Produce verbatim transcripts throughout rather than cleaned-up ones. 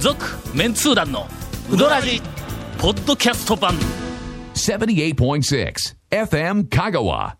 続メンツー団のウドラジポッドキャスト版ななじゅうはちてんろく エフエム 香川。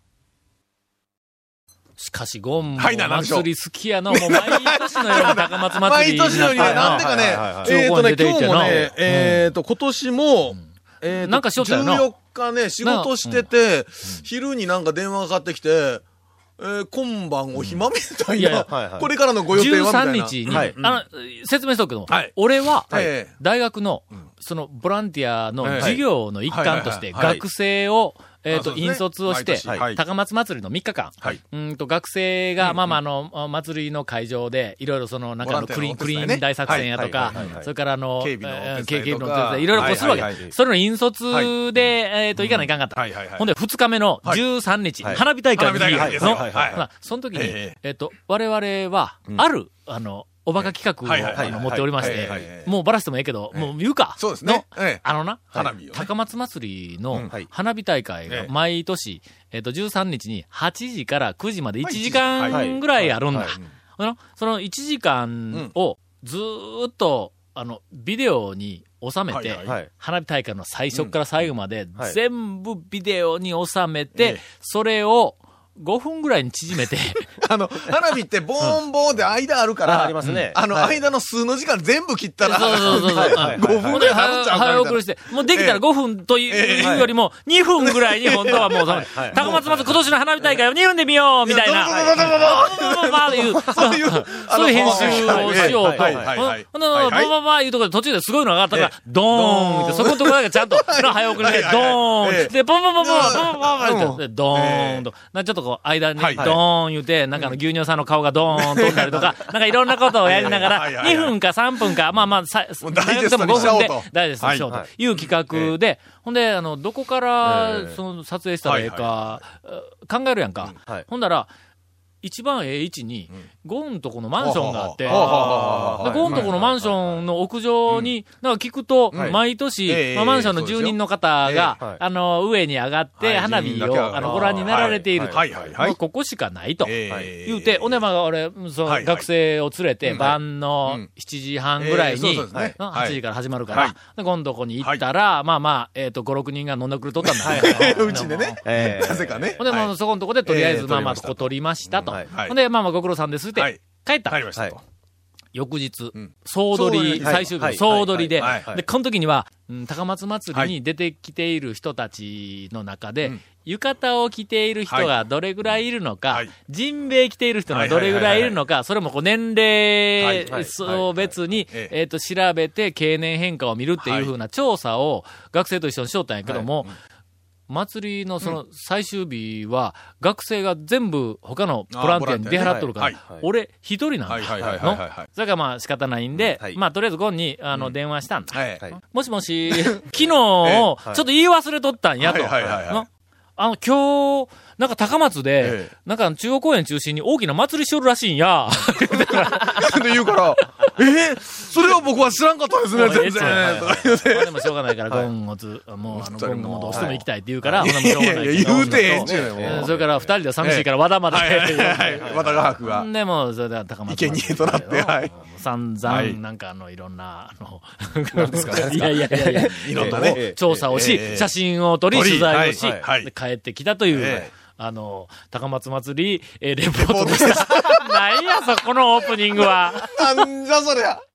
しかしゴンもはいななんでしょう祭り好きやな、もう毎年のように高松祭りになった毎年のようにね、なんでかね、えーとね、今日もね、えーと、今年も、えーと、 なんかしよったよなじゅうよっかね、仕事してて、昼になんか電話かかってきて、えー、今晩お暇みたいいやいやな、これからのご予定はみたいな。 じゅうさんにちに、 はいあの、説明しとくけども、 はい俺は、 はい大学の、その、ボランティアの授業の一環として、 はいはいはいはい学生を、えっ、と、 あそうですね引率をして、 毎年はい高松祭りのみっかかん、 はいうんと、学生が、まあまあ、あの、祭りの会場で、いろいろその、なんかあの、 ボランティアクリーン、クリのお手伝いねーン大作戦やとかはいはいはいは、いそれからあの、 警備のお手伝いとかえー警備のお手伝い、いろいろこうするわけ。 はいはいはいそれの引率で、えっ、と、行かないかんかった。 はいはいはいほんで、二日目のじゅうさんにち、花火大会の日花火大会ですの、 よはいはいはいまあその時に、 ええっ、と、我々は、ある、あの、おバカ企画を、 はいはいはいあの持っておりましてはいはいはい、 もうばらしてもええけど、もう言うか。 そうですねのええあのな、 花火をね高松祭りのうんはい花火大会がええ毎年、えっ、と、じゅうさんにちにはちじからくじまでいちじかんぐらいあるんだ。 はいはいあのそのいちじかんをずーっと、あの、ビデオに収めて、 はいはい花火大会の最初から最後まではい全部ビデオに収めて、 ええそれをごふんぐらいに縮めて、 あの、花火ってボーンボーンで間あるから、 あありますねあの、 はい間の数の時間全部切ったら、 そうそうそうそう。 はいはいごふんぐらいほんで、 払っちゃうかみたいな早送りして、もうできたらごふんというええいうよりも、にふんぐらいに本当はもう、そのはい高松祭り今年の花火大会をにふんで見ようみたいな、 いやどうぞどうぞどうぞまあまあいう、 そういう、 そういう編集をしようと。 はいはいはいはいほんで、まあまあまあいうところで途中ですごいのが上がったから、ドーンって、そこのところだけちゃんと、早送りで、ドーンって、で、ポンポンポンポン、ポンポンポンポンって、ドーンと、なちょっとこう、間にドはいーン言うて、なんかあの牛乳さんの顔がドーン飛んだりとか、なんかいろんなことをやりながら、 はいはいはいにふんかさんぷんか、まあまあ、さもうダイジェストにしちゃおうとダイジェストにしようという企画で、ほんで、あの、どこから、その、撮影したらええか、考えるやんか。 はいほんだら、一番ええ位置に、ゴンとこのマンションがあって、ではあはあはあはあゴンとこのマンションの屋上に、なんか聞くと、毎年、 ええまあマンションの住人の方が、 ええはいあの、上に上がって、 はい花火を、 住人だけ上がるあの、ご覧になられていると。 はいはいはいはいもうここしかないと。 ええ言うて、おねまが俺、その、 はいはい学生を連れて、 うん晩のうんしちじはんぐらいに、 ええそうですねうんはいはちじから始まるからはい、 でゴンとこに行ったら、まあまあ、えっと、ご、ろくにんが飲んでくれとったんだええうちでね。 ええなぜかね。 ほんで、まあ、そこのとこで、とりあえず、 ええまあまあ、 撮りましたここ取りましたと。 はいはいほんで、まあまあ、ご苦労さんですって、 はい帰った。 帰りましたと。 翌日、 ん総取り、 総取り最終日のはい総取りで、 はいはいで、この時には、うん高松祭りに出てきている人たちの中で、 うん浴衣を着ている人がどれぐらいいるのか、 はいジンベエ着ている人がどれぐらいいるのか、それもこう年齢はいはい層別に、 はいはいえっと、調べて経年変化を見るっていうふうな調査を学生と一緒にしよったんやけども、祭りのその最終日は、学生が全部他のボランティアに出払っとるから、 あボランティアね俺一人なんだ。 はいはいはいはいのはいはい。 それからまあ仕方ないんで、 はいまあとりあえずゴンにあの電話したんだ。 はい。 はいもしもし、昨日をちょっと言い忘れとったんやと。 はいはいはいはいのあの、今日、なんか高松で、 ええなんか中央公園中心に大きな祭りしよるらしいんや。 で言うから、えー、それは僕は知らんかったですね、全然。とか言うてまあでもしょうがないから、ゴンをつ、もう、あの、ゴンがもうどうしても行きたいって言うから、 はいほなもうしょうがないけどいやいや言うてええんちゅうねんもうえーそれから二人で寂しいから和田まで。 はいはいはいはい。和田画伯が。 でも、それでは高松生贄となってはい散々、 はいなんかあの、いろんな、あの、 何ですかいやいやいやいや、 いろんなねえー調査をし、 ええ写真を撮り、 撮り取材をし、 はいはいで帰ってきたという、 ええあの、高松祭り、えーレポートでした。何や、そこのオープニングは。 なんじゃそりゃ。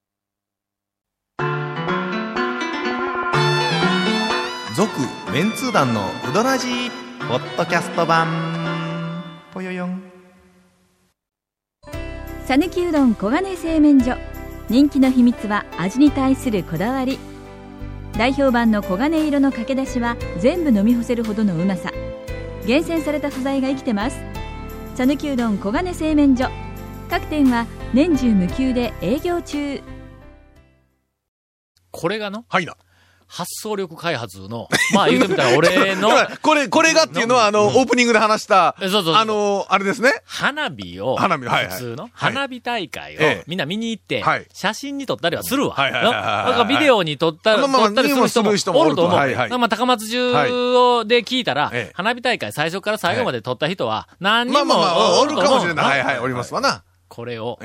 続メンツー団のウドラジーポッドキャスト版ぽよよん。 さぬきうどん黄金製麺所、人気の秘密は味に対するこだわり。代表版の黄金色のかけだしは全部飲み干せるほどのうまさ。厳選された素材が生きてます。さぬきうどん黄金製麺所、各店は年中無休で営業中。 これがの、 はいな。 発想力開発の、まあ言うてみたら俺の、 だからこれ、これがっていうのは、あの、オープニングで話した、 えそうそうそうあの、あれですね。 花火を、 花火はいはい普通のはい花火大会をええみんな見に行ってはい、 写真に撮ったりはするわ。 はいはいはいはいはいだからビデオに撮ったり、 まあまあ撮ったりする人も見る人もおると思う。 はいはいまあ高松中をで聞いたらええ、 花火大会最初から最後まで撮った人は何人もまあまあまあ、おるおると思う。 かもしれない。はいはい、おりますわな。 これをええ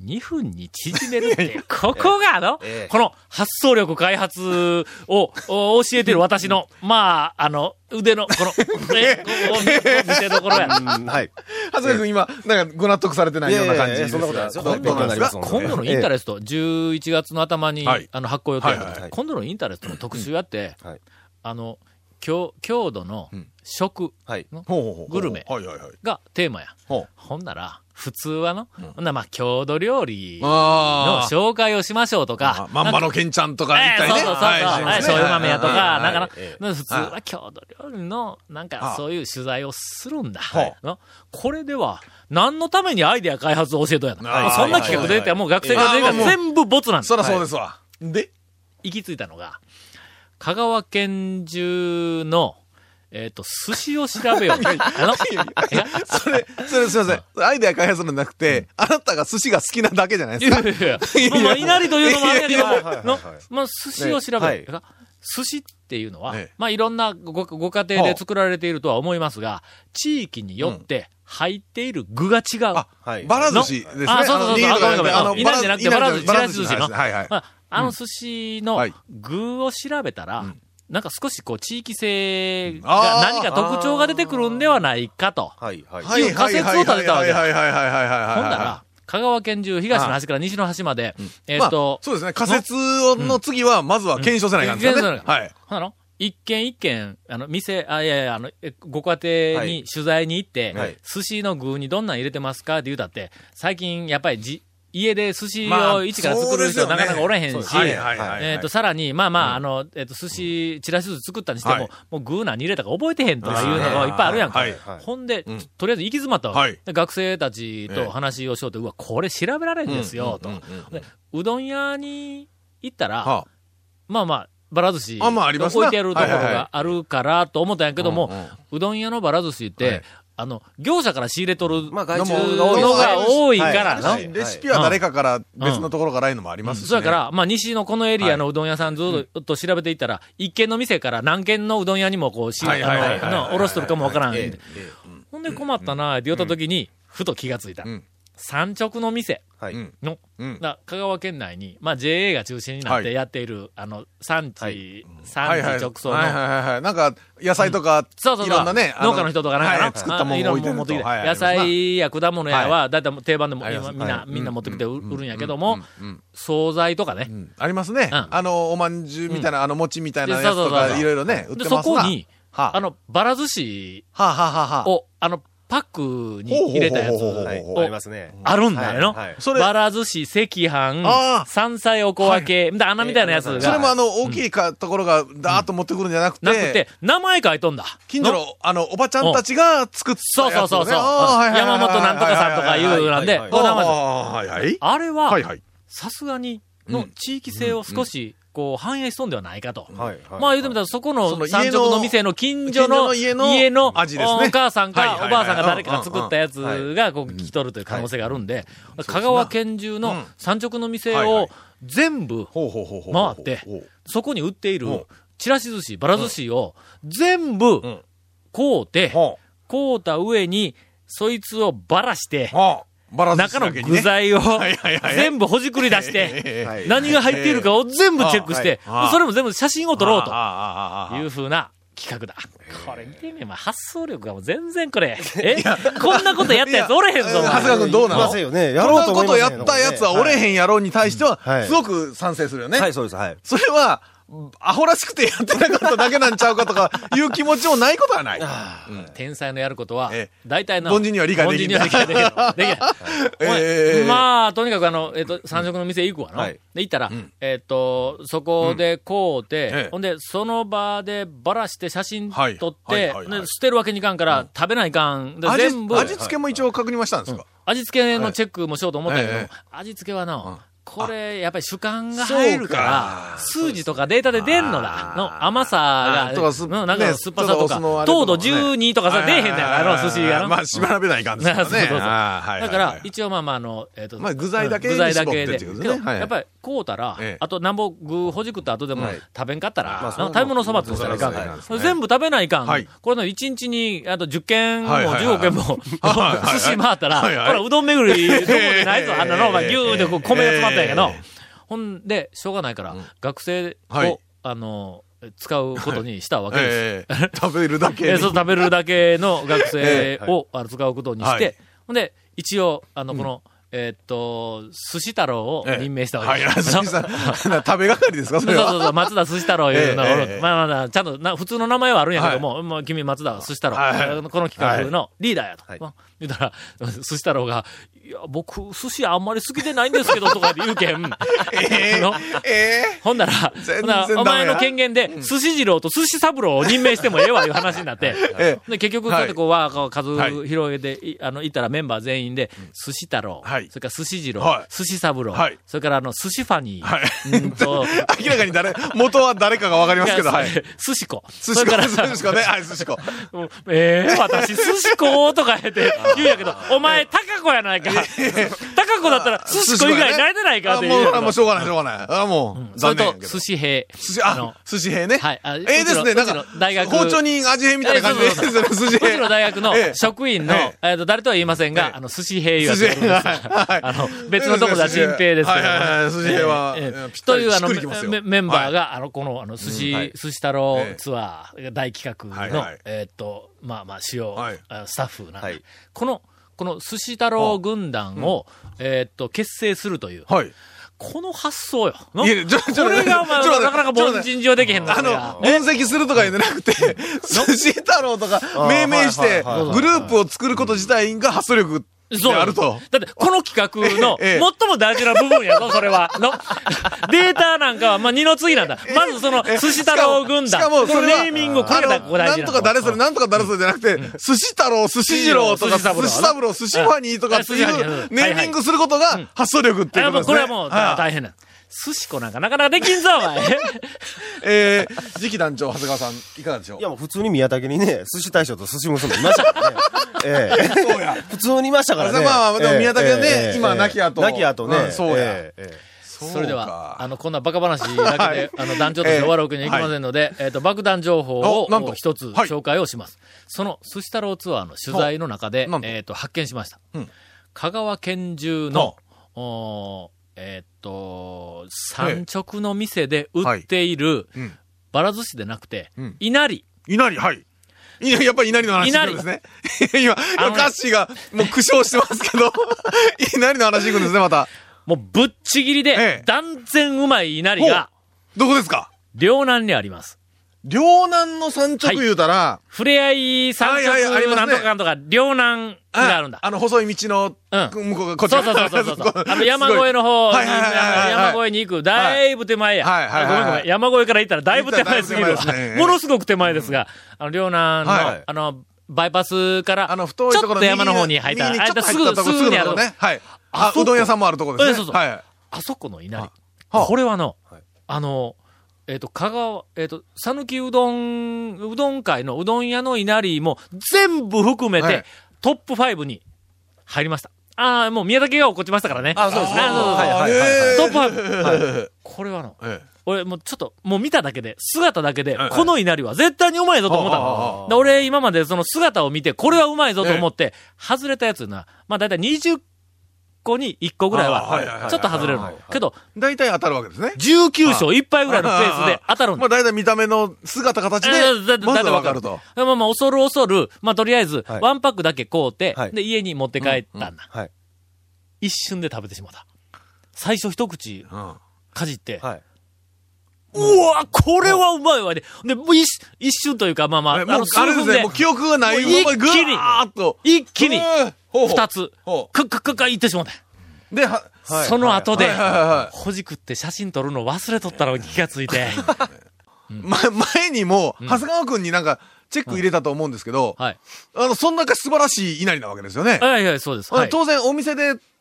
にふんに縮めるって、ここがあの、 ええこの発想力開発をお教えてる私の、まあ、あの、腕の、この、え、ここ見せどころや。 うんはい。 長谷川君今、なんかご納得されてないような感じですいやいやいやそんなことないですよどどうなんですかそう今度のインタレスト、じゅういちがつの頭に、 はいあの発行予定やけど、 はいはいはい今度のインタレストの特集やって、 はいあの、郷郷土の食はい。 のほうほうほうグルメはいはいはい。 がテーマや。 ほうほんなら、普通はの、ほんならまあ、郷土料理のあー紹介をしましょうとか、 まんまのけんちゃんとかええ言ったりね。 そうそうそうそう、 はいはい醤油豆やとか、 はいなんかの、 え普通は郷土料理の、なんかあそういう取材をするんだ。 はいのこれでは、何のためにアイデア開発を教えとんやな。 はいもうそんな企画出て、もう学生が出てはいはい全部ボツなんですそりゃそうですわ。で、 行き着いたのが、香川県中の、えっ、と、寿司を調べよう。あの、いやそれ、それすいません。アイデア開発するんじゃなくて、あなたが寿司が好きなだけじゃないいですか。 やいやいや、まあまあ、いなりというのもあるんやけどいやいやいやはいはいのはい、 まあ、寿司を調べる。 はい寿司っていうのは、 ええまあ、いろんなご、ご家庭で作られているとは思いますが、地域によって入っている具が違う。 あはい。 バラ寿司ですね。 あそうそうそうあのあごめんごめんあのいなりじゃなくてバラ寿司バラ寿司ちらし寿司のはいはい。 まあ、あの寿司のはい具を調べたら、なんか少しこう地域性あーが何か特徴が出てくるんではないかと。 はい。はい。 はいはいはいはいはいはいはいはいはいはい。 ほんなら、香川県中、東の端から西の端まで、えまあっと、 そうですね。仮説の次は、まずは検証せないかんですよね。 検証せないはい。 ほんなの一軒一軒、あの、店、あ、いやいや、あの、えご家庭に取材に行って、 はい寿司の具にどんなん入れてますかって言うたって、最近、やっぱりじ、家で寿司まあを一から作る人そうですよねなかなかおらへんし、 はいはいはい。 えっと、さらに、まあまあ、あの、えっと、寿司、ちらし寿司作ったにしても、 はいもう具何入れたか覚えてへんとかいうのがいっぱいあるやんか。 はいはいほんで、 んとりあえず行き詰まったわけ、 はいで学生たちと話をしようと、うわ、これ調べられんですよ、と、で。うどん屋に行ったら、 はまあまあ、ばら寿司あまあありますな置いてあるところはいはいはいがあるからと思ったんやけども、 うんうんうどん屋のばら寿司って、 はいあの、業者から仕入れとるまあ、 の外注が多いが多いからな。 はいレシピは誰かから別のところからいのもありますしね。 そうやから、まあ、西のこのエリアのうどん屋さんずっと調べていったら、一軒の店から何軒のうどん屋にもこう、し、あはいはいはいはいの、のおろしとるかもわからん。 えええほんで困ったなって言った時に、ふと気がついたん。 産直の店えはい。 うんの、 うんだ香川県内に、まあ、ジェーエー が中心になってやっている、あの、産地、 はい産はいはい地直送の、 はいはいはいはい。なんか、野菜とか、 そうそうそう。 いろんなね、あ農家の人とかなんかな、 はい作ったものをいろ置いてるとんなもん持ってきて、 はいはい野菜や果物やは、だいたい定番でも、 あります今みんな、 はいみんな持ってきて売うん売るんやけども、惣菜とかね。 うんありますね。 うんあの、おまんじゅうみたいな、あの、餅みたいなやつとか、 そうそうそうそういろいろね、売ってで、 ますな。 そこに、 はあの、ばら寿司はあ、はあはあはあ、 を、あの、パックに入れたやつほうほうほうほうはい。 をありますね。 あるんだよの。 はいはいそればら寿司、赤飯あ、ー山菜おこわけ、みたいな穴みたいなやつが。 それもあの、大きいか、ところが、ダーッと持ってくるんじゃなくて、 なくて、名前書いとんだ。 近所の、あの、おばちゃんたちが作ったそうやつをね。 そうそうそう。 あーはいはいはい山本なんとかさんとかいうなんで、 はいはいはいこれはまずあーはいはい。 あれは、 はいはい。 さすがに、の地域性を少し、こう、反映しとんではないかと。 はい。 まあ言うてみたら、そこのその家の産直の店の近所の近所の家の家の味ですねお母さんかはいはいはいおばあさんが誰かが作ったやつうんがこう聞き取るという可能性があるんで、 う香川県中のうん産直の店をはいはい全部ほうほうほうほう。 回ってほうそこに売っているうんちらし寿司、ばら寿司を全部ん買うて、 ほ買うた上にそいつをばらしてう、ほう。バラ寿司中のだけにね具材をはいはいはい全部ほじくり出して、 ええはい何が入っているかを全部チェックして、 はいそれも全部写真を撮ろうと。 ああああああいう風な企画だ。これ見てみれば発想力がもう全然これ。えこんなことやったやつおれへんぞ、おいや長谷川前。 君どうなのいませんよね。やこんなろうと思いまことやせんよったやつはおれへんやろうに対してはは、いすごく賛成するよね。 はい、そうです。はい。 それは、アホらしくてやってなかっただけなんちゃうかとか、いう気持ちもないことはない。 天才のやることはええ、 大体の。 凡人には理解できない凡人には理解できない。できない。お前ええまあ、とにかくあの、えっと、三色の店行くわの。 はいで、行ったら、えっと、そこでこうええて、ほんで、その場でばらして写真はい撮ってはいはい、はいで捨てるわけにいかんから、食べないかん。で味全部、 味付けも一応確認はしたんですか味付けのチェックもしようと思ったんやけど、 はいえ味付けはな、 これ、やっぱり主観が入るから、数字とかデータで出んのだ。の甘さが、のなんか酸っぱさとか、糖度じゅうにとかさ、出えへんねんあの、寿司がの。 まあ、しばらべないかんですからね。 そうそうそう。だから、一応まあまあ、あの、えっと、 まあ、具材だけ具材だけで。 ややっぱり、こうたら、あと、なんぼ具ほじくった後でも食べんかったら、食べ物粗末したらいかんから。全部食べないかん。これのいちにちに、あとじゅっけんもじゅうごけんも、寿司回ったら、ほら、うどん巡り、どこでないぞ、あんなの、お前、ぎゅーってこう米が詰まったんやけど、ほんで、しょうがないから、学生を、あの、使うことにしたわけです。 食べるだけ。 そう、食べるだけの学生を使うことにして、ほんで、一応、あの、この、えっと、寿司太郎を任命したわけです。 はい、寿司さん、食べがかりですかそれは。 そうそうそう、松田寿司太郎いうのが、まあまあ、ちゃんとな、普通の名前はあるんやけども、もう君松田寿司太郎、この企画のリーダーやと。言ったら、寿司太郎が、いや、僕、寿司あんまり好きでないんですけど、とかって言うけん。えー、えー、ほんなら、ほんならお前の権限で、寿司二郎と寿司三郎を任命してもええわ、いう話になって。で、結局、そうやってこう、わー、数広げて、あの、いったらメンバー全員で、寿司太郎、それから寿司二郎、寿司三郎、それからあの、寿司ファニー、うんと、 明らかに誰、元は誰かがわかりますけど、はい。 寿司子。 寿司子、寿司子ね、はい、寿司子。 ええ、私、寿司子とか言って、言うんやけど、お前、高子やないか。高子だったら、寿司子以外ないでないかっていう。 もう、もうしょうがない、しょうがない。あもう、 それと、寿司兵。 寿司、あ、寿司兵ね。 はい。 ええですね、なんか、 大学。 包丁人味変みたいな感じで。寿司兵。 うちの大学の職員の、えっと、誰とは言いませんが、あの、寿司兵いうやつ。あの、別のとこでは新平ですけど。 はいはいはい、寿司兵は。 という、あの、メンバーが、あの、この、あの、寿司、寿司太郎ツアー大企画の、えっと、まあまあ、主要、スタッフなんで。この、この寿司太郎軍団を、えっと、結成するという。はい。この発想よ。これが、まあ、なかなか凡人上できへんの。 あの、分析するとか言うんじゃなくて、寿司太郎とか命名して、グループを作ること自体が発想力そう。あると。 だって、この企画の、最も大事な部分やぞ、それは。の、データなんかは、まあ、二の次なんだ。まずその、寿司太郎軍団。しかも、このネーミングをかけたここ大事なんとか誰それ、なんとか誰それじゃなくて、寿司太郎、寿司二郎とか、寿司三郎、寿司ファニーとかっていうネーミングすることが発想力っていうことですね。 これはもう、大変な。寿司子なんかなかなかできんぞ、お前。 えー、次期団長、長谷川さん、いかがでしょう？ いや、もう普通に宮武にね、寿司大将と寿司娘いましたからね。ええ。そうや。普通にいましたからね。 まあまあ、宮武はね、今、亡き後。 亡き後ね。 そうや。 それでは、あの、こんなバカ話だけで、あの、団長として終わるわけにはいきませんので、えっと、爆弾情報を一つ紹介をします。その、寿司太郎ツアーの取材の中で、えっと、発見しました。香川県中の、えっと、産直の店で売っている、ばら寿司でなくて、稲荷。 稲荷、はい。やっぱり稲荷の話なんですね。今、カッシーがもう苦笑してますけど、稲荷の話いくんですね、また。 もうぶっちぎりで、断然うまい稲荷が、 どこですか？ 両南にあります。 両南の産直言うたら、 ふれあい産直なんとかかんとか、両南があるんだ。 あの、細い道の、向こうがこっちそうそうそうそう。あの、山越えの方に、山越えに行く、だいぶ手前や。ごめんごめん。山越えから行ったらだいぶ手前すぎるわ。ものすごく手前ですが、あの、両南の、あの、バイパスから、ちょっと山の方に入ったら、あすぐ、すぐにある。 はい。あ、うどん屋さんもあるとこですね。 そうそう。あそこの稲荷。これはの、あの、えっと、香川、えっと、さぬきうどん、うどん会のうどん屋の稲荷も全部含めてトップファイブに入りました。ああ、もう宮武が落っこちましたからね。 あそうですね。 トップファイブ。これはの、俺もうちょっと、もう見ただけで、姿だけで、この稲荷は絶対にうまいぞと思ったの。俺今までその姿を見て、これはうまいぞと思って、外れたやつな、まあだいたいにじゅっこにいっこぐらいは、ちょっと外れるの。けど、 大体当たるわけですね。 じゅうきゅう勝いっぱいぐらいのペースで当たるんだ。 まあ大体見た目の姿形で、まずわかると。 まあまあ、恐る恐る、まあとりあえず、ワンパックだけ買うて、で、家に持って帰ったんだ。一瞬で食べてしまった。最初一口、かじって、うわこれはうまいわね。で、もう一瞬というか、まあまあ、あの、数分で、 もう記憶がない一気に、一気に、二つ、くっくっくっかいってしまった。で、その後で、ほじくって写真撮るの忘れとったのに気がついて。 前にも、長谷川くんになんか、チェック入れたと思うんですけど、あの、そんなか素晴らしい稲荷なわけですよね。 はいはい、そうです。 当然、お店で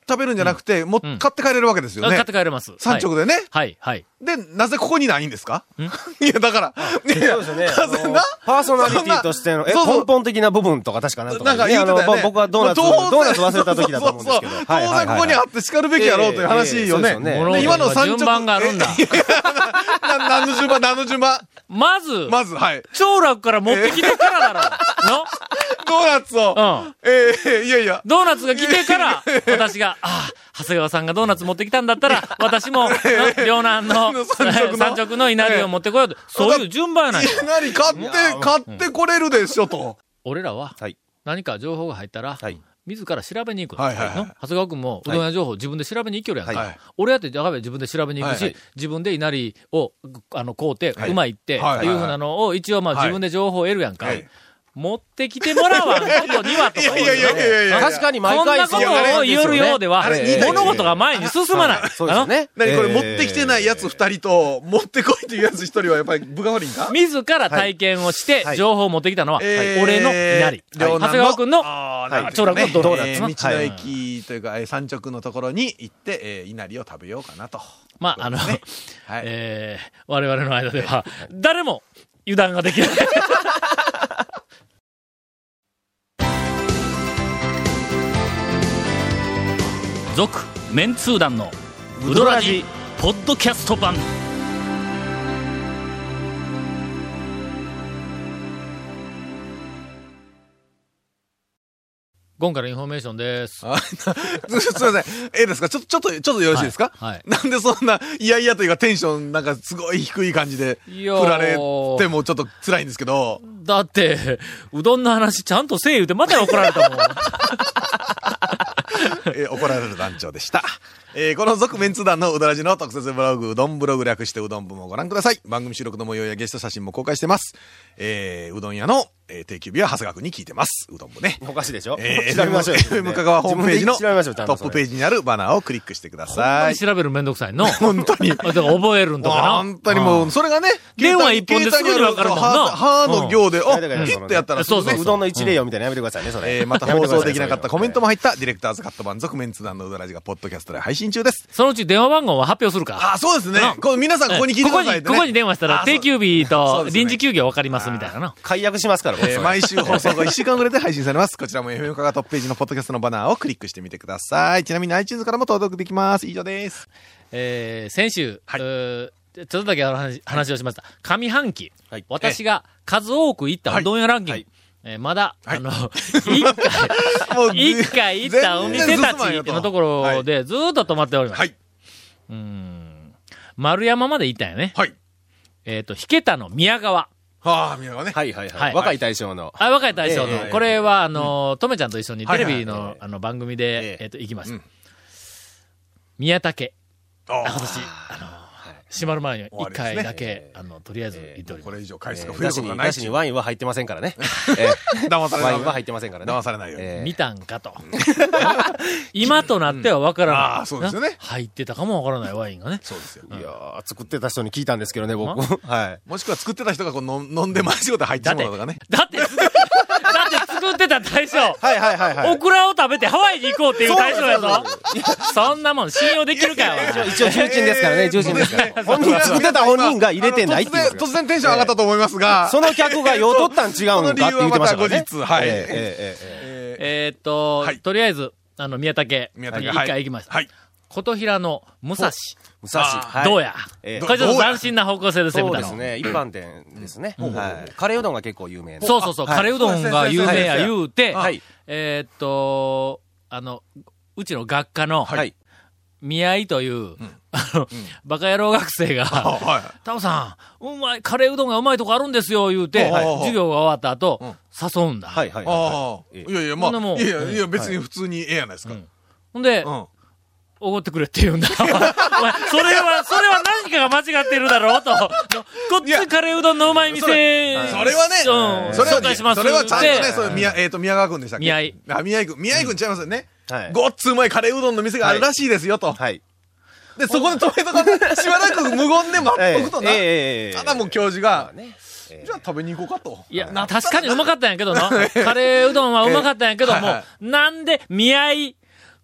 食べるんじゃなくて、もううん買って帰れるわけですよね。 買って帰れます。 産直でね。 はい、はい。 で、なぜここにないんですかいや、だから、いや、 そうですよね。 なぜあのなパーソナリティとしての、え、 そうそう根本的な部分とか確かなんとかなんかね。 言うてたよねあの、僕はドーナツ、 もう当然ドーナツ忘れた時だと思うんですけど。 そうそう当然ここにあって叱るべきやろうという話よね。 ええええそうですよね物事で今の産直には順番があるんだ。 な何の順番、何の順番まず、 まず、はい。 長楽から持ってきてからだろ。 ドーナツを、 のうん。 ええいやいや、 ドーナツが来てから、私が、ああ、長谷川さんがドーナツ持ってきたんだったら、私も、うん両南の産直の産直の稲荷を持ってこようと。そういう順番やない。 いきなり買って、買ってこれるでしょ、と。 俺らははい、 何か情報が入ったらはい、 自ら調べに行くの。 はいはいはいの長谷川君も、うどん屋情報自分で調べに行けるやんか。 はい俺やって、やべ自分で調べに行くし、 はい自分で稲荷を、あの、買うて、 はいうまいって、 はいいうふうなのを、一応まあはい自分で情報を得るやんか。 はい持ってきてもらわんことにはとか思うよいやいやいやいやいや確かに毎こんなこと回そうを言るようではあれ言いたい、 物事が前に進まない。 そうですよね。 何これえー持ってきてないやつ二人と、持ってこいというやつ一人はやっぱり部下悪いんか自ら体験をしてはい情報を持ってきたのは、 えー俺の稲荷。 両南長谷川君のあーはい長楽のドーナツえなー道の駅というか、えー産直のところに行って、えー稲荷を食べようかなと。 まあ、あの、 ねはい。 えー我々の間では、誰も油断ができない。続、メンツー団のウドラジポッドキャスト版。今回のインフォメーションです。 あすすいません。ええですかちょっと、ちょっと、ちょっとよろしいですかはいはいなんでそんな、いやいやというかテンションなんかすごい低い感じで、 いやー振られてもちょっと辛いんですけど、 だって、うどんの話ちゃんとせえ言うてまた怒られたもん。 えー怒られる団長でした。えーこの続メンツ団のうどらじの特設ブログ、うどんブログ略してうどん部もご覧ください。番組収録の模様やゲスト写真も公開してます。えーうどん屋の、えー定休日は長谷川くんに聞いてます。うどん部ね。 おかしいでしょえー、 調べましょうよ。 エフエム 香川ホームページの自分で調べましょうちゃんトとップページにあるバナーをクリックしてくだほんまさい。 に調べるめんどくさいの。 本当に。 だから覚えるんとかな。 本当にもう、それがね、 電話一本ですぐにわかるもんな携帯にある歯の行で、あ、 うんピッてやったらそうそうねうどんの一例よみたいなのやめてくださいね、それ。 えーまた放送できなかったコメントも入ったディレクターズカット版続メンツ団のうどらじがポッドキャストで配信中です。 そのうち電話番号を発表するか。 あ、そうですねな。 こう皆さんここに聞いてくださいってね。 ここに、ここに電話したらあ定休日とそうですね臨時休業分かりますみたいなの。 解約しますから、 えー毎週放送後いっしゅうかんぐらいで配信されます。こちらも エフエム 香川トップページのポッドキャストのバナーをクリックしてみてください。ちなみに iTunes からも登録できます。以上です。 えー先週、 はいうーちょっとだけ話話をしました。上半期、 はい私が数多く行ったうどん屋ランキング。 はいえーまだ、 はいあの、一回、 もう一回行ったお店たちのところでずーっと止まっております。 はい。 うーん。丸山まで行ったんやね。 はい。 えっ、と、引けたの宮川。 はあ、宮川ね。 はいはいははいい。若い大将の。 あ、若い大将の、 ええこれは、あの、とめちゃんと一緒にテレビの、 はいはいあの、番組で、 えええっ、と、行きました。 うん宮武。 ああ、今年、あの、閉まる前に一終わりですね回だけ、あの、とりあえず行っております。 これ以上回数が増えだしに、 ることがないだしにワインは入ってませんからね。 騙されない。 ワインは入ってませんからね。 騙されないように。 え見たんかと。今となっては分からない。 ああそうですよねな入ってたかも分からないワインがね。 そうですよ。 いやー、作ってた人に聞いたんですけどね、僕。はい。 もしくは作ってた人がこう飲飲んで間違って入ってしまうとかね。 だって、だって作ってた大将。 はいはいはいはい。 オクラを食べてハワイに行こうっていう大将やぞ。そんなもん信用できるかよ。 一応重鎮ですからね、重鎮ですから。本人作ってた本人が入れてないっていうあの突然、突然テンション上がったと思いますが。 その客が用取ったん違うんかって言ってましたからね。 その理由はまた後日はいええええええええーっと、 はいとりあえず、あの、宮武、 宮武一はい回行きました。 はい。 琴平の武蔵、 武蔵。はいどうや、 ええこれちょっと斬新な方向性ですよ、見たの。 そうですね。一般店ですね。はい。カレーうどんが結構有名な。 そうそうそう、 はいカレーうどんが有名や言うて、 はい。 えーっと、あの、うちの学科の、 はい。 宮井という、あの、バカ野郎学生が、 はタオさん、うまい、カレーうどんがうまいとこあるんですよ、言うて、 はい授業が終わった後、 うん誘うんだ。 はいはいい。ああ。 えいやいや、まほんでもうあ、いやいや、いや、別に普通にええやないですか。 ほんで、 うん。 おごってくれって言うんだ。お前それは、それは何かが間違ってるだろうと。こっいやちカレーうどんのうまい店、 それはね、 うん、 それは紹介しますそれはちゃんとね、 でそう宮、えっと、宮川くんでしたっけ宮井。 あ、宮井くん。宮井くんちゃいますよね。 はい。 ごっつうまいカレーうどんの店があるらしいですよ、と。 はい。 で、そこで止めとか、しばらく無言で待っとくとな。 ええええただもう教授が、 ね。ええじゃあ食べに行こうかと。 いや、確かにうまかったんやけどな。カレーうどんはうまかったんやけども、 はいはなんで、宮井、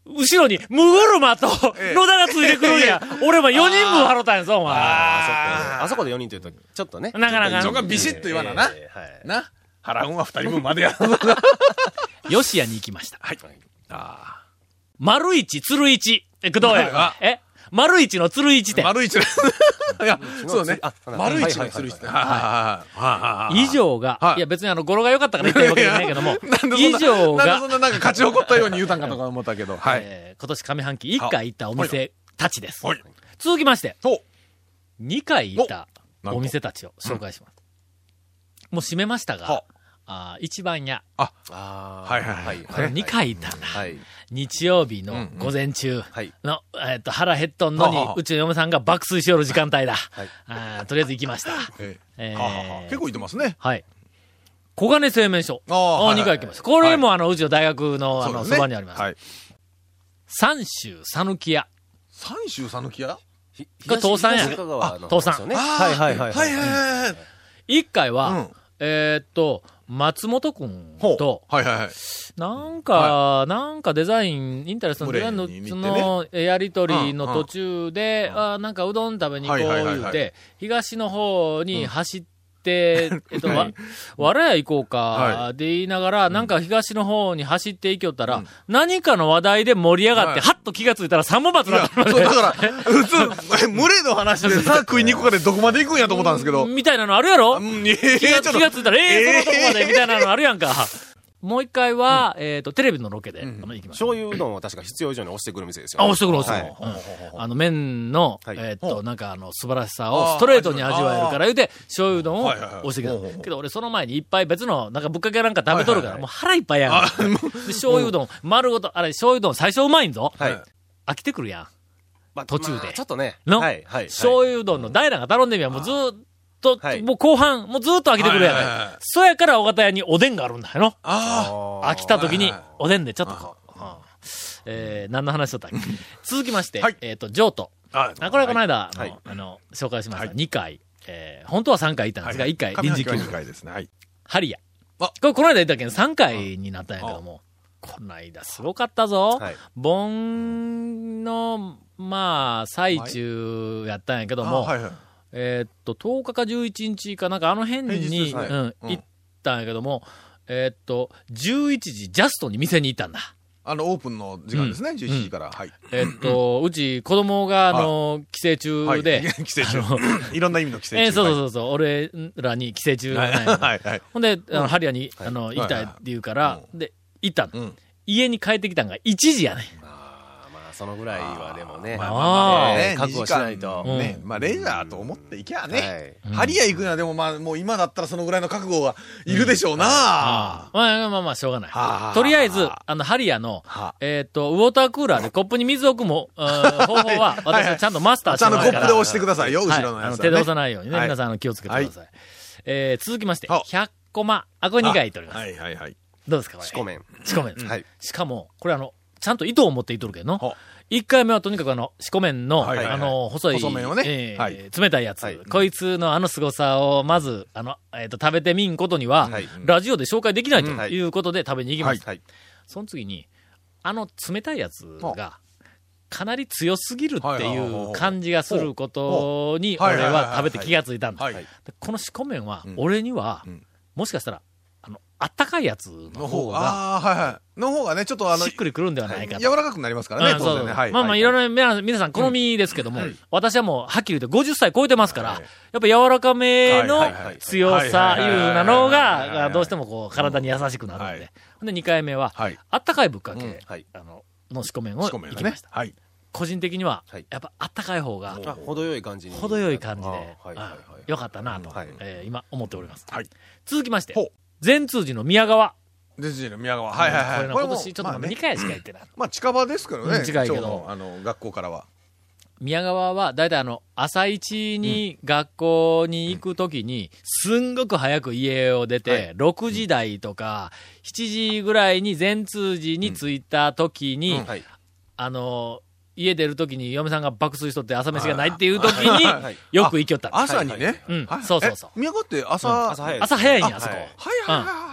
後ろに、むぐるまと、野田がついてくるんや。俺もよにんぶん払ったんやぞ、お前。 あそこでよにんというと、ちょっとね。 なかなか。 そこはビシッと言わなな。な。払うんはふたりぶんまでやる。 吉谷に行きました。 はい。ああ。 丸一、鶴一。え、どうやえ丸一の鶴一って。 丸一の。いや、そうね。丸一の鶴一って。 以上が、いや別にあの、語呂が良かったから言ってるわけじゃないけども、以上が。 なんでそんななんか勝ち誇ったように言うたんかとか思ったけど。はい。 今年上半期いっかい行ったお店たちです。続きまして、にかい行ったお店たちを紹介します。もう閉めましたが、あ一番屋。 あ、はいはいはい。にかい行ったんだ。日曜日の午前中の、えっと、腹減っとんのに、うちの嫁さんが爆睡しよる時間帯だ。あとりあえず行きました。 結構行ってますね。 はい。小金製麺所。ああ、にかい行きました。これもあの、うちの大学のあの、そばにあります。三州さぬき屋。 三州さぬき屋これ倒産や。 あ、 倒産。 はいはいはい。 はいはいはい。 一回は、えっと、松本くんと、 はいはいはい。 なんか、なんかデザイン、インタレストのデザインの、その、やりとりの途中で、あなんかうどん食べに行こう言うて、東の方に走って、えっと、わ、わらや行こうか、で言いながら、なんか東の方に走って行きよったら、何かの話題で盛り上がって、はっと気がついたら三本松だったので。 だから、普通、群れの話でさ、食いに行くかでどこまで行くんやと思ったんですけど。 みたいなのあるやろ気がついたら、ええ、そのとこまで、みたいなのあるやんか。もう一回は、えっと、テレビのロケで、行きました。 醤油うどんは確か必要以上に押してくる店ですよ。 あ、押してくる、押してくる。あの、麺の、えっと、なんかあの、素晴らしさをストレートに味わえるから言うて、醤油うどんを押してくる。けど俺その前にいっぱい別の、なんかぶっかけなんか食べとるから、もう腹いっぱいやん。醤油うどん、丸ごと、あれ、醤油うどん最初うまいんぞ。飽きてくるやん。途中で。 ちょっとね。 の醤油うどんの大乱が頼んでみや、もうずーっと、と、はい、もう後半、もうずーっと飽きてくるやん、はいはいはい。そやから、尾形屋におでんがあるんだよの。ああ。飽きた時に、おでんでちょっとこう。はあ、えー、何の話しとったっけ続きまして、はい、えっ、ー、と、譲渡。あ、これはこの間、はい、あの、紹介しました。はい、にかい、えー、本当はさんかい行ったんですが、はい、いっかい臨時休業。 にかいですね。はい。 ハリア。これ、この間言ったけんさんかいになったんやけども、この間すごかったぞ。はい、盆の、まあ、最中やったんやけども、はいはい、えー、っと、とおかかじゅういちにちかなんかあの辺に、はい、うん、行ったんやけども、えー、っと、じゅういちじジャストに店に行ったんだ。 あの、オープンの時間ですね、うん、じゅういちじから。はい。 えー、っと、うち子供が、あの、帰省中で。 はい、帰省中。いろんな意味の帰省中。 えー、そうそうそう、俺らに帰省中なんや。はいはい。ほんで、あの、ハリアに、あの、行きたいって言うから、で、行ったの。家に帰ってきたんがいちじやね。 そのぐらいはでもね、 まあまあまあね、 覚悟しないと。 ね、まあレジャーと思っていきゃね。ハリア行くのはでもまあもう今だったらそのぐらいの覚悟がいるでしょうな。 まあまあまあしょうがない。とりあえず、あのハリアの、えっと、ウォータークーラーでコップに水を置くも、方法は私はちゃんとマスターしてますから。 ちゃんとコップで押してくださいよ、後ろのやつ。 手で押さないようにね、皆さん気をつけてください。え続きまして、ひゃっコマ、あ、これにかいとります。 はいはいはい。 どうですかこれ。 四股麺。 四股麺。はい。しかも、これあの、ちゃんと糸を持っていとるけどの。一回目はとにかくあの、四股麺の、あの、細い、 細麺をね、 冷たいやつ。こいつのあの凄さを、まず、あの、えっと、食べてみんことには、ラジオで紹介できないということで食べに行きました。その次に、あの冷たいやつが、かなり強すぎるっていう感じがすることに、俺は食べて気がついたんだ。この四股麺は、俺には、もしかしたら、あったかいやつの方が、 ああ、はいはい。の方がね、ちょっとあの、 しっくりくるんではないかと。 柔らかくなりますからね、当然ね。 まあまあ、いろいろ皆さん好みですけども、私はもう、はっきり言ってごじゅっさい超えてますから、やっぱ柔らかめの強さいうなのが、どうしてもこう、体に優しくなるんで。ほんで、にかいめは、あったかいぶっかけ、あの、の四股麺を行きました。個人的には、やっぱあったかい方が、 程よい感じに。 程よい感じで、よかったなと、今思っております。続きまして、善通寺の宮川。 善通寺の宮川。はいはいはい。 これ今年ちょっとにかいしか行ってない。 まあ近場ですけどね。 近いけど。 あの、学校からは。 宮川は、だいたいあの、朝一に学校に行くときに、すんごく早く家を出て、ろくじ台とか、しちじぐらいに善通寺に着いたときに、あの、家出るときに嫁さんが爆睡しとって朝飯がないっていうときに、よく行きよった。 朝にね。 うん。そうそうそう。 宮川って朝、 朝早いんや、あそこ。 はいはいはい。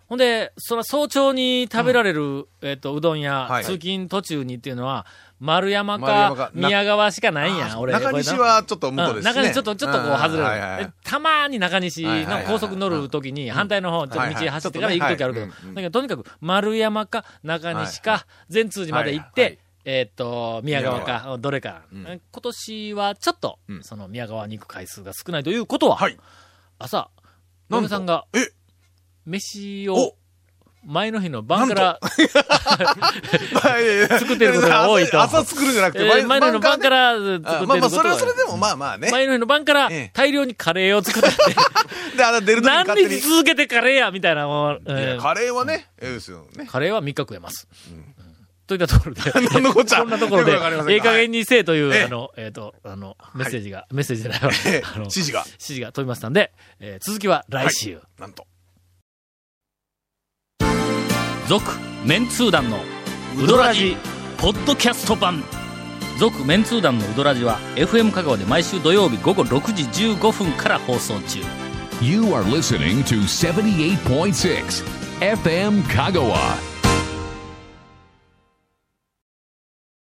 ほんで、その早朝に食べられる、うん、えっと、うどん屋、 はい、 通勤途中にっていうのは、丸山か丸宮川しかないんや、俺。 中西はちょっと向こうですね。 うん、中西ちょっと、ちょっとこう外れる。 はいはいはい、 たまに中西の高速乗るときに、反対の方、ちょっと道走ってから行くときあるけど、だけど、とにかく丸山か中西か、善通寺まで行って、はいはい、えっと、宮川か、どれか。うん、今年はちょっと、その宮川に行く回数が少ないということは、はい、朝、嫁さんが、え飯を、前の日の晩から作ってることが多いと。 朝作るんじゃなくて、 前の日の晩から作ってることが。 まあまあ、それはそれでもまあまあね。 前の日の晩から大量にカレーを作ってて。 で、あの、出るとき何日続けてカレーやみたいなもん。 カレーはね、ええですよね。 カレーはみっか食えます。といったところで。 何のこっちゃ。 こんなところで、ええ加減にせえという、あの、えっと、あの、メッセージが、メッセージじゃないわ。 指示が。 指示が飛びましたんで、続きは来週。 なんと。 続メンツー団のウドラジポッドキャスト版。続メンツー団のウドラジは エフエム 香川で毎週土曜日午後ろくじじゅうごふんから放送中。 You are listening to seventy-eight point six エフエム 香川。